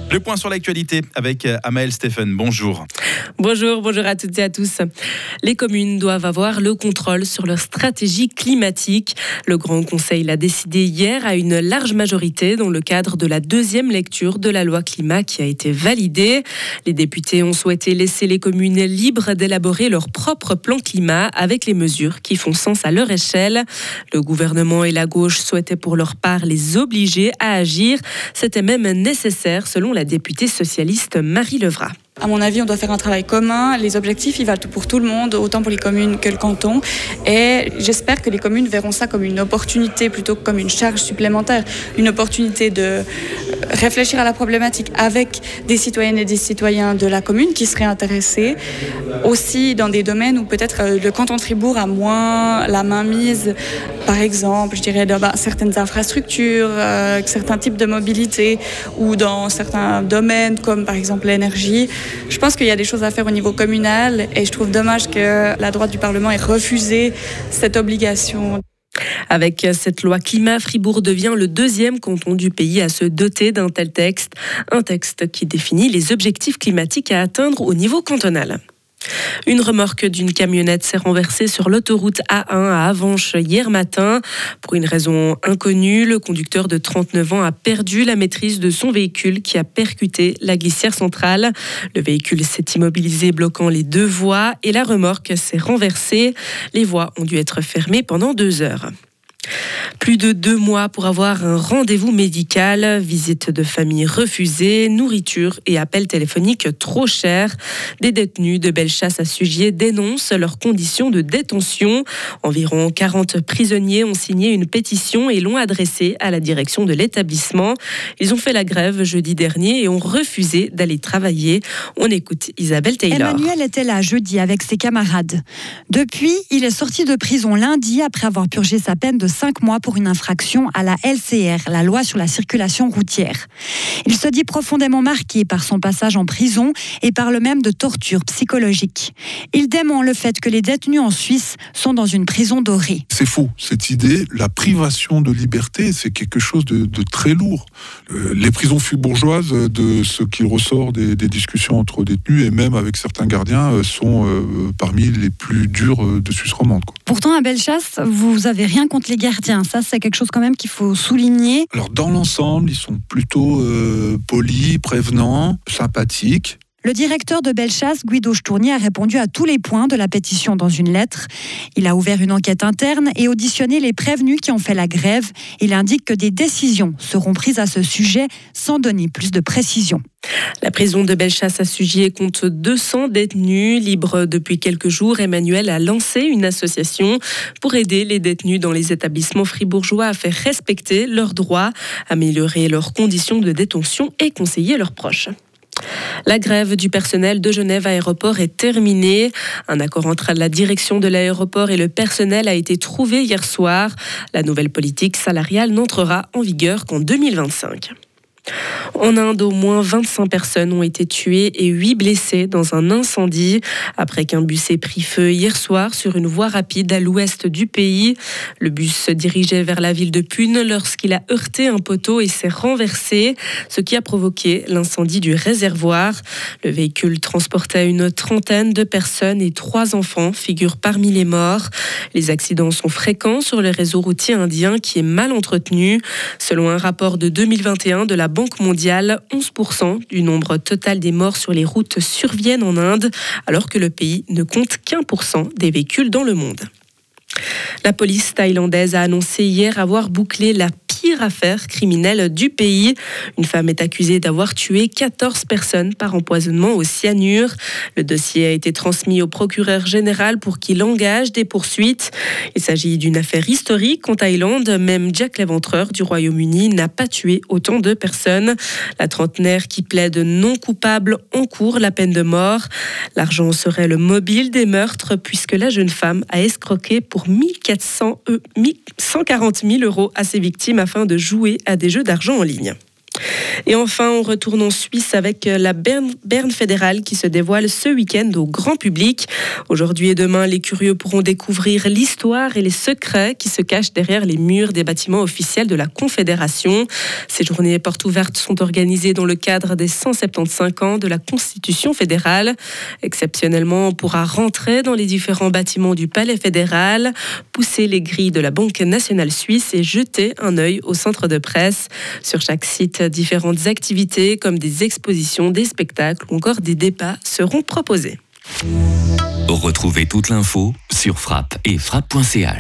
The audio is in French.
Le point sur l'actualité avec Amael Stéphane. Bonjour. Bonjour à toutes et à tous. Les communes doivent avoir le contrôle sur leur stratégie climatique. Le Grand Conseil l'a décidé hier à une large majorité dans le cadre de la deuxième lecture de la loi climat qui a été validée. Les députés ont souhaité laisser les communes libres d'élaborer leur propre plan climat avec les mesures qui font sens à leur échelle. Le gouvernement et la gauche souhaitaient pour leur part les obliger à agir. C'était même nécessaire selon la députée socialiste Marie Levrat. À mon avis, on doit faire un travail commun. Les objectifs, ils valent pour tout le monde, autant pour les communes que le canton. Et j'espère que les communes verront ça comme une opportunité plutôt que comme une charge supplémentaire. Une opportunité de réfléchir à la problématique avec des citoyennes et des citoyens de la commune qui seraient intéressés. Aussi dans des domaines où peut-être le canton de Fribourg a moins la main mise. Par exemple, je dirais dans certaines infrastructures, certains types de mobilité ou dans certains domaines comme par exemple l'énergie. Je pense qu'il y a des choses à faire au niveau communal et je trouve dommage que la droite du Parlement ait refusé cette obligation. Avec cette loi climat, Fribourg devient le deuxième canton du pays à se doter d'un tel texte. Un texte qui définit les objectifs climatiques à atteindre au niveau cantonal. Une remorque d'une camionnette s'est renversée sur l'autoroute A1 à Avenches hier matin. Pour une raison inconnue, le conducteur de 39 ans a perdu la maîtrise de son véhicule qui a percuté la glissière centrale. Le véhicule s'est immobilisé, bloquant les deux voies et la remorque s'est renversée. Les voies ont dû être fermées pendant 2 heures. Plus de 2 mois pour avoir un rendez-vous médical, visite de famille refusée, nourriture et appels téléphoniques trop chers. Des détenus de Bellechasse à Sugier dénoncent leurs conditions de détention. Environ 40 prisonniers ont signé une pétition et l'ont adressée à la direction de l'établissement. Ils ont fait la grève jeudi dernier et ont refusé d'aller travailler. On écoute Isabelle Taylor. Emmanuel était là jeudi avec ses camarades. Depuis, il est sorti de prison lundi après avoir purgé sa peine de 5 mois pour une infraction à la LCR, la loi sur la circulation routière. Il se dit profondément marqué par son passage en prison et parle même de torture psychologique. Il dément le fait que les détenus en Suisse sont dans une prison dorée. C'est faux, cette idée, la privation de liberté, c'est quelque chose de très lourd. Les prisons fribourgeoises, de ce qu'il ressort des discussions entre détenus et même avec certains gardiens, sont parmi les plus dures de Suisse romande. Pourtant, à Bellechasse, vous avez rien contre les gardiens. Ça, c'est quelque chose quand même qu'il faut souligner. Alors, dans l'ensemble, ils sont plutôt polis, prévenants, sympathiques. Le directeur de Bellechasse, Guido Stournier, a répondu à tous les points de la pétition dans une lettre. Il a ouvert une enquête interne et auditionné les prévenus qui ont fait la grève. Il indique que des décisions seront prises à ce sujet sans donner plus de précision. La prison de Bellechasse à Sugier compte 200 détenus. Libre depuis quelques jours, Emmanuel a lancé une association pour aider les détenus dans les établissements fribourgeois à faire respecter leurs droits, améliorer leurs conditions de détention et conseiller leurs proches. La grève du personnel de Genève Aéroport est terminée. Un accord entre la direction de l'aéroport et le personnel a été trouvé hier soir. La nouvelle politique salariale n'entrera en vigueur qu'en 2025. En Inde, au moins 25 personnes ont été tuées et 8 blessées dans un incendie après qu'un bus ait pris feu hier soir sur une voie rapide à l'ouest du pays. Le bus se dirigeait vers la ville de Pune lorsqu'il a heurté un poteau et s'est renversé, ce qui a provoqué l'incendie du réservoir. Le véhicule transportait une trentaine de personnes et 3 enfants figurent parmi les morts. Les accidents sont fréquents sur le réseau routier indien qui est mal entretenu. Selon un rapport de 2021 de la Banque mondiale, 11% du nombre total des morts sur les routes surviennent en Inde, alors que le pays ne compte qu'1% des véhicules dans le monde. La police thaïlandaise a annoncé hier avoir bouclé la pire affaire criminelle du pays. Une femme est accusée d'avoir tué 14 personnes par empoisonnement au cyanure. Le dossier a été transmis au procureur général pour qu'il engage des poursuites. Il s'agit d'une affaire historique en Thaïlande. Même Jack l'Éventreur du Royaume-Uni n'a pas tué autant de personnes. La trentenaire qui plaide non coupable encourt la peine de mort. L'argent serait le mobile des meurtres puisque la jeune femme a escroqué pour 140 000 € à ses victimes afin de jouer à des jeux d'argent en ligne. Et enfin, on retourne en Suisse avec la Berne fédérale qui se dévoile ce week-end au grand public. Aujourd'hui et demain, les curieux pourront découvrir l'histoire et les secrets qui se cachent derrière les murs des bâtiments officiels de la Confédération. Ces journées portes ouvertes sont organisées dans le cadre des 175 ans de la Constitution fédérale. Exceptionnellement, on pourra rentrer dans les différents bâtiments du Palais fédéral, pousser les grilles de la Banque nationale suisse et jeter un œil au centre de presse. Sur chaque site, différentes activités comme des expositions, des spectacles ou encore des débats seront proposés. Retrouvez toute l'info sur frappe et frappe.ch.